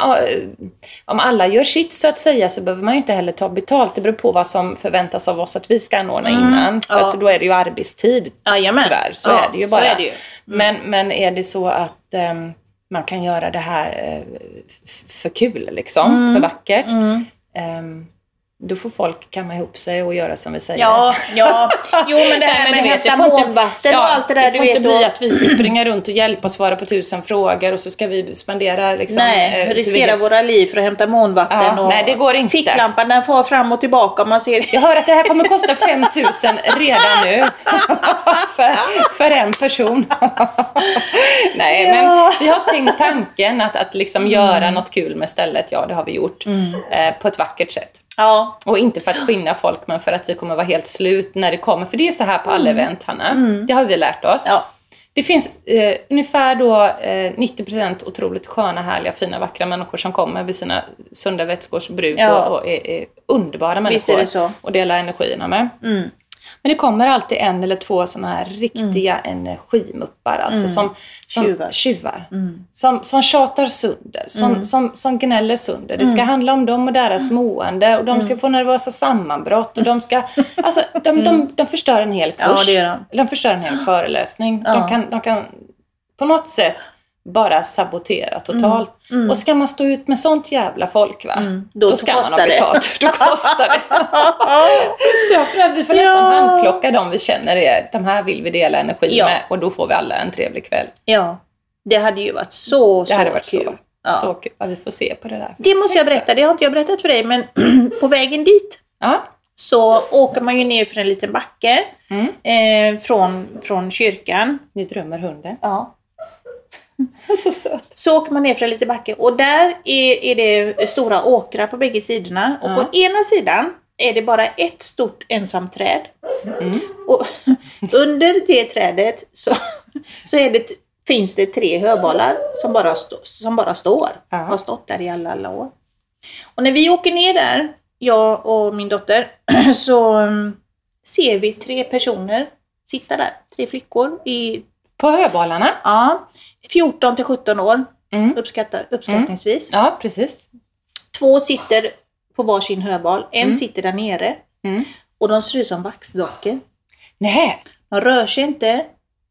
om alla gör sitt så att säga så behöver man ju inte heller ta betalt. Det beror på vad som förväntas av oss att vi ska anordna mm. innan. För ja. att då är det ju arbetstid. Jajamän. Tyvärr. Så ja, är det ju bara. Så är det ju. Mm. Men, men är det så att um, man kan göra det här uh, f- för kul liksom, mm. för vackert. Mm. Um, då får folk kamma ihop sig och göra som vi säger. Ja, ja. Jo, men det här med heta månvatten och allt det där. Det får du vet, inte bli att vi ska springa runt och hjälpa och svara på tusen frågor och så ska vi spendera liksom... Nej, eh, riskera vi... våra liv för att hämta månvatten. Ja, och nej, det går inte. Ficklampan, den får fram och tillbaka om man ser... Jag hör att det här kommer kosta fem tusen redan nu. för, för en person. Nej, ja. men vi har tänkt tanken att, att liksom mm. göra något kul med stället. Ja, det har vi gjort. Mm. Eh, på ett vackert sätt. Ja. Och inte för att skinna folk, men för att vi kommer vara helt slut när det kommer. För det är så här på alla mm. event, Hanna. Mm. Det har vi lärt oss. Ja. Det finns eh, ungefär då eh, nittio procent otroligt sköna, härliga, fina, vackra människor som kommer vid sina sunda vätskors bruk ja. och, och är, är underbara människor. Visst är det så. Och dela energierna med. Mm. Men det kommer alltid en eller två sådana här riktiga mm. energimuppar. Alltså mm. som, som tjuvar. tjuvar mm. som, som tjatar sönder. Som, mm. som, som gnäller sönder. Det ska mm. handla om dem och deras mm. mående. Och de ska få nervösa sammanbrott. Och de ska... Alltså, de, de, de, de förstör en hel kurs. Ja, det gör de. De förstör en hel föreläsning. Ja. De, kan, de kan på något sätt bara sabotera totalt. Mm. Mm. Och ska man stå ut med sånt jävla folk, va? Mm. Då, då ska man ha betalt. Då kostar det. Så jag tror att vi får nästan ja. handplocka dem vi känner är. De här vill vi dela energi ja. med. Och då får vi alla en trevlig kväll. Ja, det hade ju varit så, så det hade varit kul. Så, ja. så kul. Ja, vi får se på det där. Det måste jag berätta. Det har inte jag berättat för dig. Men på vägen dit ja. så åker man ju ner för en liten backe. Mm. Eh, från, från kyrkan. Nu drömmer hunden. Ja. Så söt. Så åker man ner för en liten backe och där är, är det stora åkrar på bägge sidorna. Och ja. på ena sidan är det bara ett stort ensamt träd. Mm. Och under det trädet så, så är det, finns det tre höbalar som bara, stå, som bara står. Ja. Har stått där i alla, alla år. Och när vi åker ner där, jag och min dotter, så ser vi tre personer sitta där. Tre flickor i... På höbalarna? Ja. fjorton till sjutton år. Mm. Uppskatta, uppskattningsvis. Mm. Ja, precis. Två sitter på varsin höbal. En Mm. sitter där nere. Mm. Och de ser ut som vaxdockor. Nej. De rör sig inte.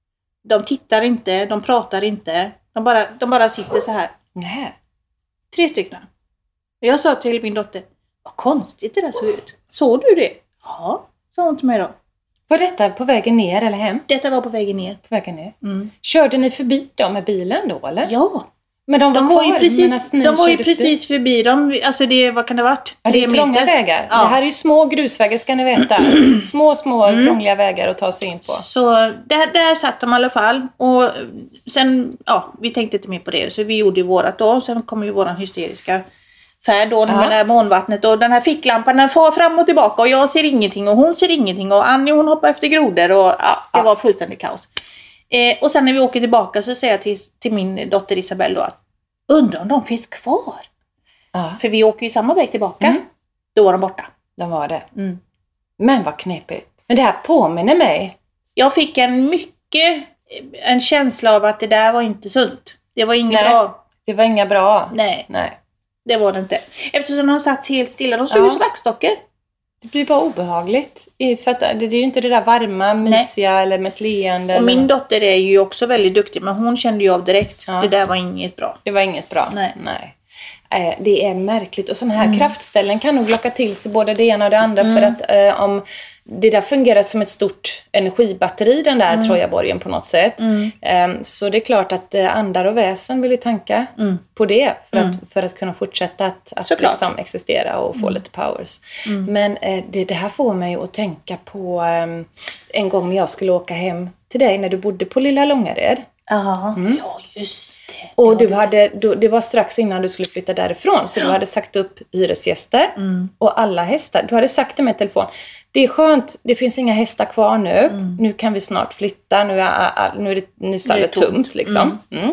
De tittar inte. De pratar inte. De bara, de bara sitter så här. Nej. Tre stycken. Och jag sa till min dotter. Vad konstigt det där såg ut. Såg du det? Ja, sa hon till mig då. Var detta på vägen ner eller hem? Detta var på vägen ner. På vägen ner. Mm. Körde ni förbi dem med bilen då eller? Ja. Men de var, De kvar, var ju precis, ni de var ju körde precis förbi dem. Alltså det, vad kan det ha varit? Ja, det är Tre trånga meter. vägar. Ja. Det här är ju små grusvägar ska ni veta. Små, små Mm. krångliga vägar att ta sig in på. Så där, där satt de i alla fall. Och sen, ja, vi tänkte inte mer på det. Så vi gjorde ju vårat då. Sen kom ju våran hysteriska färd då med Ja. det här månvattnet. Och den här ficklampan, den far fram och tillbaka. Och jag ser ingenting och hon ser ingenting. Och Annie hon hoppar efter grodor. Och ja, det Ja. var fullständigt kaos. Eh, och sen när vi åker tillbaka så säger jag till, till min dotter Isabelle då att undrar om de finns kvar. Ja, För vi åker ju samma väg tillbaka. Mm. Då var de borta. de var det. Mm. Men vad knepigt. Men det här påminner mig. Jag fick en mycket en känsla av att det där var inte sunt. Det var inget Nej. bra. Det var inga bra. Nej, Nej. det var det inte. Eftersom de satt helt stilla. De såg Ja. ut som vaxdockor. Det blir bara obehagligt. I- För att det det är ju inte det där varma, mysiga eller med ett leende. Och eller- min dotter är ju också väldigt duktig. Men hon kände ju av direkt. Ja. Det där var inget bra. Det var inget bra. Nej. Nej. Eh, Det är märkligt. Och sådana här Mm. kraftställen kan nog locka till sig både det ena och det andra. För att eh, om det där fungerar som ett stort energibatteri, den där Mm. Trojaborgen på något sätt. Eh, så det är klart att eh, andar och väsen vill ju tanka Mm. på det. För, att, för att kunna fortsätta att, att Såklart. liksom existera och få lite powers. Mm. Men eh, det, det här får mig att tänka på eh, en gång när jag skulle åka hem till dig när du bodde på Lilla Långared. Ja, ja just det. Och det du hade, du, det var strax innan du skulle flytta därifrån. Så du hade sagt upp hyresgäster. Mm. Och alla hästar. Du hade sagt det med telefon. Det är skönt, det finns inga hästar kvar nu. Mm. Nu kan vi snart flytta. Nu är, nu är det, nu är stallet Nu är det tomt. tomt liksom. Mm.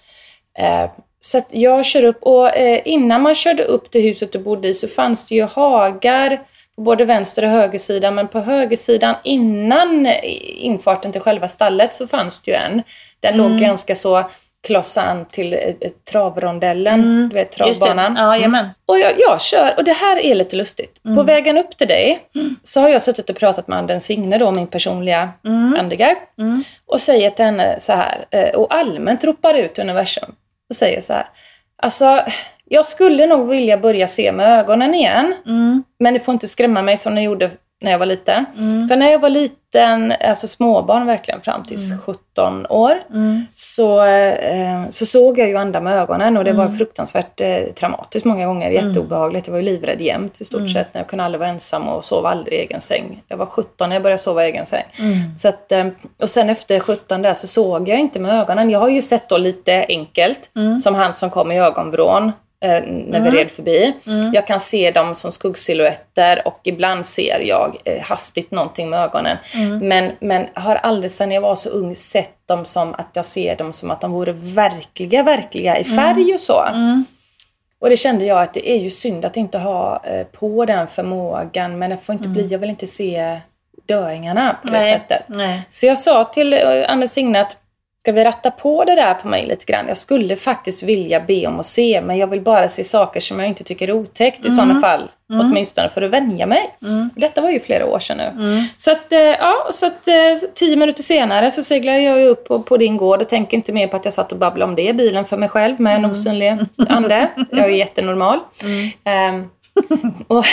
Eh, så att jag kör upp. Och eh, innan man körde upp till huset du bodde i så fanns det ju hagar på både vänster och högersidan. Men på högersidan innan infarten till själva stallet så fanns det ju en. Den Mm. låg ganska så klossan till eh, travrondellen, du vet travbanan. Mm. Just det. Ja, jajamän. Och jag, jag kör, och det här är lite lustigt. På vägen upp till dig så har jag suttit och pratat med Anden Signe då, min personliga andeguide. Och säger till henne så här, eh, och allmänt ropar ut universum. Och säger så här, alltså jag skulle nog vilja börja se med ögonen igen. Men det får inte skrämma mig som det gjorde när jag var liten. För när jag var liten, alltså småbarn verkligen fram till sjutton år. Så, eh, så såg jag ju andar med ögonen. Och det var fruktansvärt eh, traumatiskt många gånger. Jätteobehagligt. Jag var ju livrädd jämt i stort sett. När jag kunde aldrig vara ensam och sova aldrig i egen säng. Jag var sjutton när jag började sova i egen säng. Så att, eh, och sen efter sjutton där så såg jag inte med ögonen. Jag har ju sett då lite enkelt. Som han som kom i ögonvrån. När vi red förbi. Jag kan se dem som skuggsilhuetter och ibland ser jag eh, hastigt någonting med ögonen. Men, men har aldrig sedan jag var så ung sett dem som att jag ser dem som att de vore verkliga, verkliga i färg och så. Och det kände jag att det är ju synd att inte ha eh, på den förmågan. Men det får inte bli, jag vill inte se döingarna på det Nej, sättet. nej. Så jag sa till eh, Anders Signe att ska vi ratta på det där på mig lite grann? Jag skulle faktiskt vilja be om att se, men jag vill bara se saker som jag inte tycker är otäckt i Mm. sådana fall. Mm. Åtminstone för att vänja mig. Mm. Detta var ju flera år sedan nu. Mm. Så att, eh, ja, så att eh, tio minuter senare så seglar jag ju upp på, på din gård och tänker inte mer på att jag satt och babblade om det i bilen för mig själv med en osynlig ande. Jag är ju jättenormal. Mm. Um, och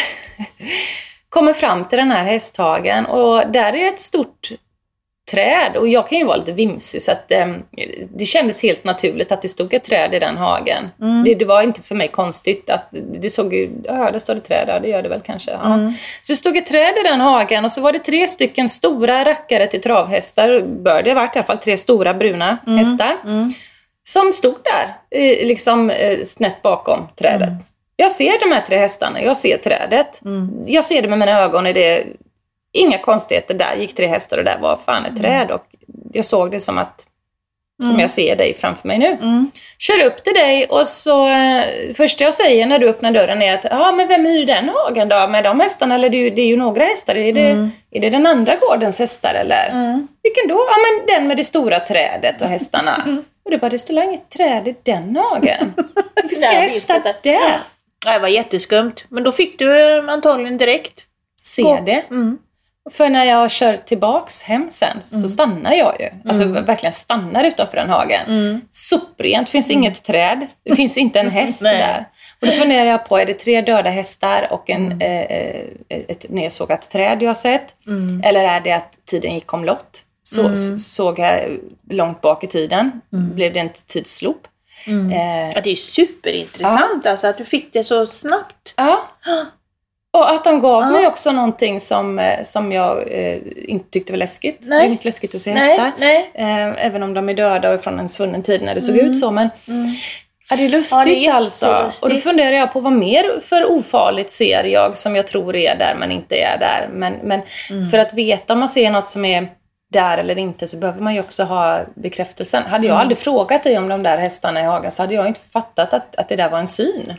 kommer fram till den här hästhagen och där är ett stort träd, och jag kan ju vara lite vimsig så att eh, det kändes helt naturligt att det stod ett träd i den hagen. Mm. Det, det var inte för mig konstigt att det såg ju, ja, det står det träd där, det gör det väl kanske. Ja. Mm. Så det stod ett träd i den hagen och så var det tre stycken stora rackare till travhästar, bör det ha varit i alla fall tre stora bruna mm. hästar mm. som stod där eh, liksom eh, snett bakom trädet. Mm. Jag ser de här tre hästarna, jag ser trädet. Mm. Jag ser det med mina ögon i det. Inga konstigheter, där gick tre hästar och där var fan ett träd och jag såg det som att som mm. jag ser dig framför mig nu. Mm. Kör upp till dig och så eh, första jag säger när du öppnar dörren är att ja, men vem hyr den hagen då med de hästarna, eller det, det är ju några hästar, är det, mm. är det den andra gårdens hästar eller? Mm. Vilken då? Ja, men den med det stora trädet och hästarna. Mm. Och det bara, det står inget träd i den hagen. Det finns inga hästar där. Det var jätteskumt. Men då fick du antagligen direkt. Se det. Mm. För när jag kör tillbaks hem sen så mm. stannar jag ju. Alltså mm. verkligen stannar utanför den hagen. Mm. Superrent, det finns mm. inget träd. Det finns inte en häst där. Och då funderar jag på, är det tre döda hästar och en, mm. eh, ett nedsågat träd jag har sett? Mm. Eller är det att tiden gick om lott? Så, mm. Såg jag långt bak i tiden. Mm. Blev det en tidslop? Mm. Eh, ja, det är superintressant ja. Alltså att du fick det så snabbt. Ja. Och att de gav ja. mig också någonting som, som jag eh, inte tyckte var läskigt. Nej. Det är inte läskigt att se nej, hästar. Nej. Eh, även om de är döda och från en svunnen tid när det såg mm. ut så. Men mm. ja, det är lustigt ja, det är alltså. Och då funderar jag på vad mer för ofarligt ser jag som jag tror är där men inte är där. Men, men mm. för att veta om man ser något som är där eller inte så behöver man ju också ha bekräftelsen. Hade jag mm. aldrig frågat dig om de där hästarna i hagen så hade jag inte fattat att, att det där var en syn.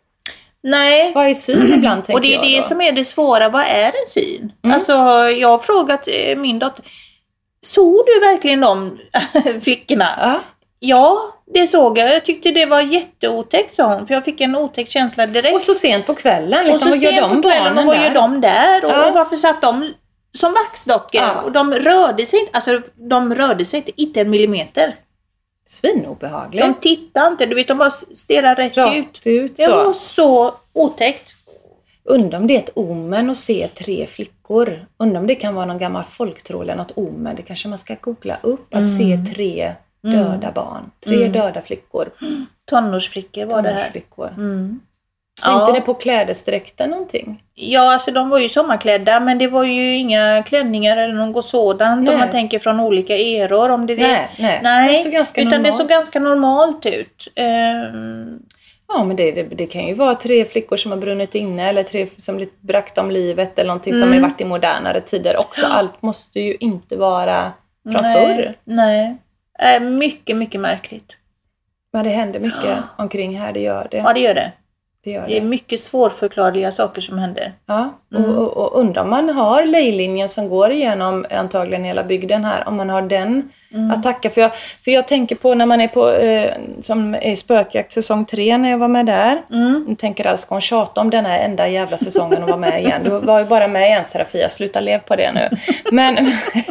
Nej. Vad är syn ibland, tänker jag. Och det är jag det då. som är det svåra. Vad är en syn? Mm. Alltså, jag har frågat min dotter. Såg du verkligen de flickorna? Ja. Ja, det såg jag. Jag tyckte det var jätteotäckt, sa hon. För jag fick en otäck känsla direkt. Och så sent på kvällen. Liksom, och så vad gör sent de på kvällen. Och vad gör de där? Och, ja. och varför satt de som vaxdockor? Ja. Och de rörde sig inte. Alltså, de rörde sig inte, inte en millimeter. Svinobehagligt. De tittade inte, du vet, de bara stirrade rätt Rakt ut. ut så. Det var så otäckt. Undrar om det är ett omen att se tre flickor. Undrar om det kan vara någon gammal folktro eller något omen. Det kanske man ska googla upp. Att mm. se tre döda mm. barn. Tre mm. döda flickor. Mm. Tonårsflickor var Tonårsflickor. det här. Mm. Tänkte ja. ni på klädesdräkten någonting? Ja, alltså de var ju sommarklädda. Men det var ju inga klänningar eller något sådant. Nej. Om man tänker från olika eror. Om det nej, nej. nej. Det ganska utan normalt. det såg ganska normalt ut. Um... Ja, men det, det, det kan ju vara tre flickor som har brunnit inne. Eller tre som blivit bragt om livet. Eller någonting mm. som har varit i modernare tider också. Allt måste ju inte vara från nej, förr. Nej, äh, mycket, mycket märkligt. Men det händer mycket omkring här, det gör det. Ja, det gör det. Det, gör det. det är mycket svårförklarliga saker som händer. Ja, mm. och, och, och undrar om man har lejlinjen som går igenom antagligen hela bygden här. Om man har den mm. att tacka. För jag, för jag tänker på när man är på eh, som i Spökjakt säsong tre när jag var med där. Mm. Jag tänker alltså ska hon tjata om denna enda jävla säsongen och vara med igen. Du var ju bara med igen, Serafia. Sluta lev på det nu. Men,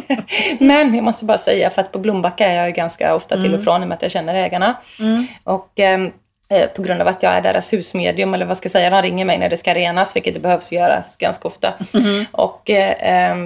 men jag måste bara säga, för att på Blombacka är jag ju ganska ofta till och från i och med att jag känner ägarna. Mm. Och... Eh, på grund av att jag är deras husmedium, eller vad ska jag säga, de ringer mig när det ska renas, vilket det behövs göras ganska ofta. Mm. Och eh,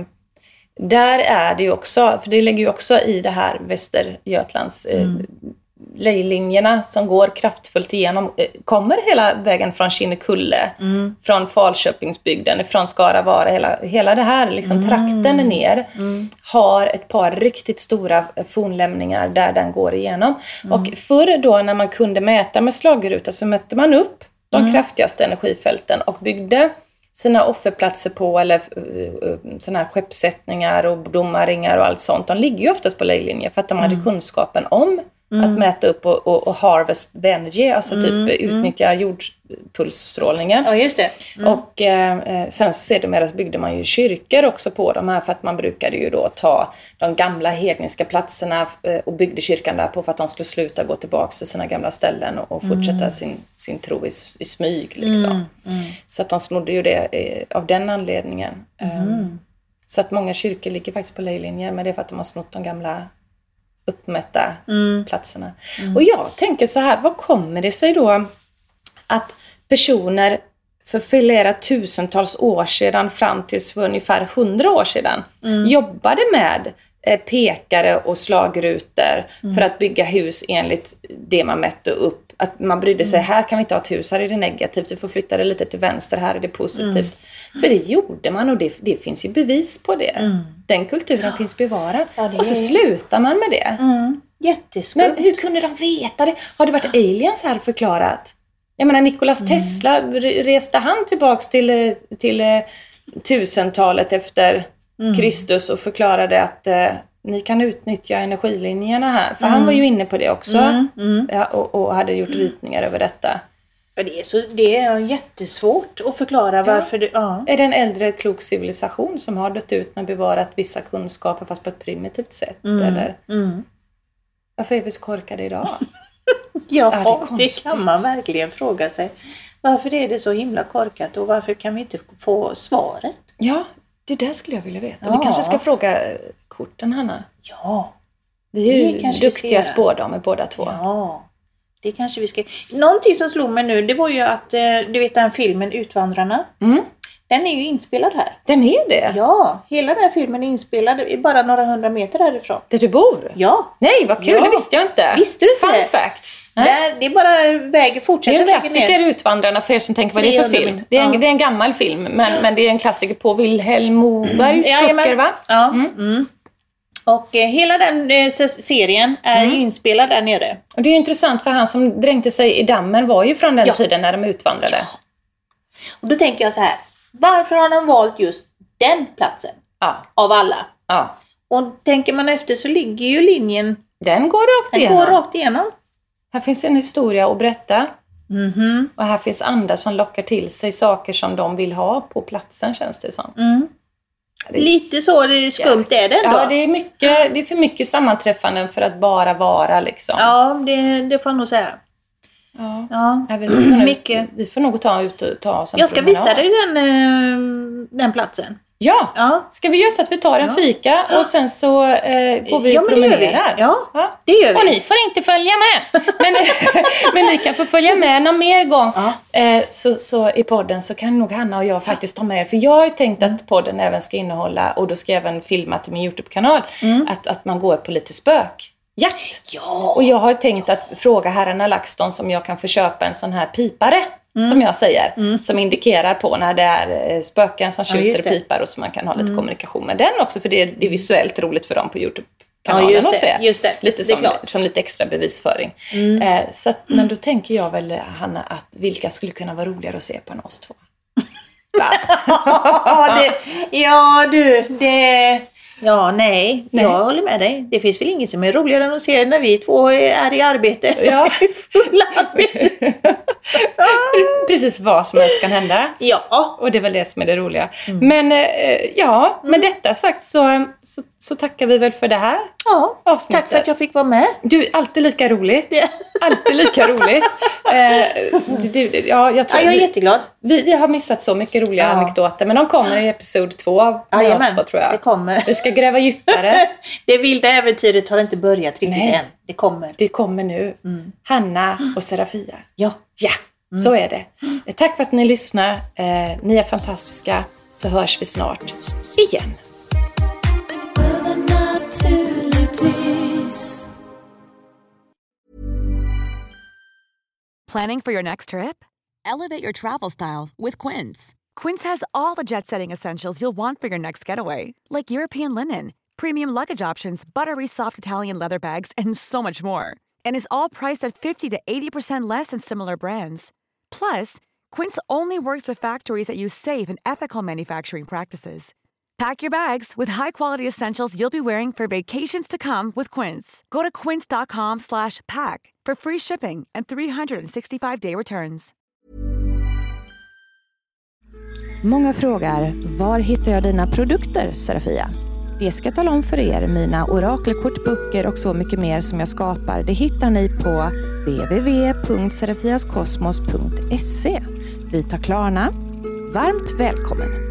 där är det ju också, för det ligger ju också i det här Västergötlands eh, mm. lejlinjerna som går kraftfullt igenom, eh, kommer hela vägen från Kinnekulle, mm. från Falköpingsbygden, från Skaravara, hela, hela det här liksom, mm. trakten ner mm. har ett par riktigt stora fornlämningar där den går igenom. Mm. Och förr då när man kunde mäta med slagruta så mätte man upp de mm. kraftigaste energifälten och byggde sina offerplatser på, eller uh, såna här skeppsättningar och domarringar och allt sånt. De ligger ju oftast på lejlinjer för att de mm. hade kunskapen om Mm. att mäta upp och, och, och harvest the energy, alltså mm. typ utnyttja mm. jordpulsstrålningen. Ja, just det. Mm. Och eh, sen så sedermera så byggde man ju kyrkor också på de här, för att man brukade ju då ta de gamla hedniska platserna eh, och byggde kyrkan där på för att de skulle sluta gå tillbaka till sina gamla ställen och, och fortsätta mm. sin, sin tro i, i smyg liksom. Mm. Mm. Så att de snodde ju det eh, av den anledningen. Mm. Um, så att många kyrkor ligger faktiskt på lejlinjer, men det är för att de har snott de gamla uppmätta mm. platserna. Mm. Och jag tänker så här, vad kommer det sig då att personer för flera tusentals år sedan fram till för ungefär hundra år sedan mm. jobbade med eh, pekare och slagrutor mm. för att bygga hus enligt det man mätte upp. Att man brydde sig, här kan vi inte ha ett hus, här är det negativt, du får flytta det lite till vänster, här är det positivt. Mm. För det gjorde man och det, det finns ju bevis på det. Mm. Den kulturen ja. finns bevarad. Ja, och så slutar man med det. Mm. Jätteskumt. Men hur kunde de veta det? Har det varit aliens här förklarat? Jag menar, Nikolas mm. Tesla, reste han tillbaks till, till tusentalet efter mm. Kristus och förklarade att eh, ni kan utnyttja energilinjerna här. För mm. han var ju inne på det också. Mm. Mm. Ja, och, och hade gjort ritningar över detta. Det är, så, det är jättesvårt att förklara ja. varför det... Ja. Är det en äldre klok civilisation som har dött ut men bevarat vissa kunskaper fast på ett primitivt sätt? Mm. Eller? Mm. Varför är vi så korkade idag? ja, ja det, det kan man verkligen fråga sig. Varför är det så himla korkat och varför kan vi inte få svaret? Ja, det där skulle jag vilja veta. Ja. Vi kanske ska fråga korten, Hanna. Ja. Vi är ju Det kanske vi ska duktiga göra. spådamer båda två. Ja, det kanske vi ska... Någonting som slog mig nu, det var ju att, eh, du vet den filmen Utvandrarna. Mm. Den är ju inspelad här. Den är det? Ja, hela den här filmen är inspelad i bara några hundra meter härifrån. Där du bor? Ja. Nej, vad kul, Ja. det visste jag inte. Visste du inte Fun det? fact. Där, det är bara vägen, Det fortsätter är en vägen klassiker, ner. Utvandrarna, för er som tänker vad det är för film. Det är en, Ja. det är en gammal film, men, men det är en klassiker på Wilhelm Mobergs Jajamän. böcker, va? Ja. Mm. Och eh, hela den eh, s- serien är Mm. ju inspelad där nere. Och det är ju intressant, för han som dränkte sig i dammen var ju från den Ja. tiden när de utvandrade. Och då tänker jag så här, varför har de valt just den platsen Ja. av alla? Ja. Och tänker man efter så ligger ju linjen, Den går rakt den igenom. går rakt igenom. Här finns en historia att berätta. Mhm. Och här finns andra som lockar till sig saker som de vill ha på platsen, känns det som. Mm. Det är- Lite så det är skumt är det ändå. Ja, det är, mycket, det är för mycket sammanträffanden för att bara vara liksom. Ja, det, det får jag nog säga. Ja. Ja. Ja, vi, får nog, Mycket. vi får nog ta ut och ta oss en Jag ska promenad. visa dig den, eh, den platsen. Ja, Ja. ska vi göra så att vi tar en Ja. fika och sen så eh, går vi Ja, och men det gör vi. promenerar. Ja, det gör vi. Och ni får inte följa med. Men, men ni kan få följa med någon mer gång Ja. eh, så, så i podden, så kan nog Hanna och jag faktiskt ta med. För jag har ju tänkt att podden även ska innehålla, och då ska jag även filma till min YouTube-kanal, att, att man går på lite spökjakt. Ja. Och jag har tänkt att fråga herrarna LaxTon som jag kan få köpa en sån här pipare, som jag säger, som indikerar på när det är eh, spöken som Ja, just skjuter det. pipar, och så man kan ha lite kommunikation med den också, för det är, det är visuellt roligt för dem på YouTube-kanalen Ja, just att det, se. just det. Lite Det är som, klart. som lite extra bevisföring. Eh, så att, men då tänker jag väl, Hanna, att vilka skulle kunna vara roligare att se på än oss två? Va? Ja, det, ja, du, det... Ja, nej, Nej. jag håller med dig. Det finns väl inget som är roligare än att se när vi två är i arbete. Ja. I fulla arbete. Precis vad som helst kan hända. Ja. Och det är väl det som är det roliga. Men eh, ja, med detta sagt så, så, så tackar vi väl för det här Ja, avsnittet. tack för att jag fick vara med. Du, alltid lika roligt. Ja. Alltid lika roligt. Eh, du, du, ja, jag, tror Ja, jag är vi, jätteglad. vi, vi har missat så mycket roliga Ja. anekdoter, men de kommer i episod två av med oss Jajamän, två, tror jag. det kommer. Vi ska gräva djupare. Det vilda äventyret har inte börjat riktigt Nej. än. Det kommer. Det kommer nu. Hanna och Serafia. Ja. Ja, så är det. Eh, Tack för att ni lyssnar. Eh, ni är fantastiska. Så hörs vi snart igen. Planning for your next trip? Elevate your travel style with Quince. Quince has all the jet-setting essentials you'll want for your next getaway, like European linen, premium luggage options, buttery soft Italian leather bags, and so much more. And is all priced at fifty to eighty percent less than similar brands. Plus, Quince only works with factories that use safe and ethical manufacturing practices. Pack your bags with high-quality essentials you'll be wearing for vacations to come with Quince. Go to quince.com slash pack for free shipping and three sixty-five day returns. Många frågar, var hittar jag dina produkter, Serafia? Det ska jag tala om för er. Mina orakelkort, böcker och så mycket mer som jag skapar, det hittar ni på w w w punkt serafiaskosmos punkt se. Vi tar Klarna. Varmt välkommen!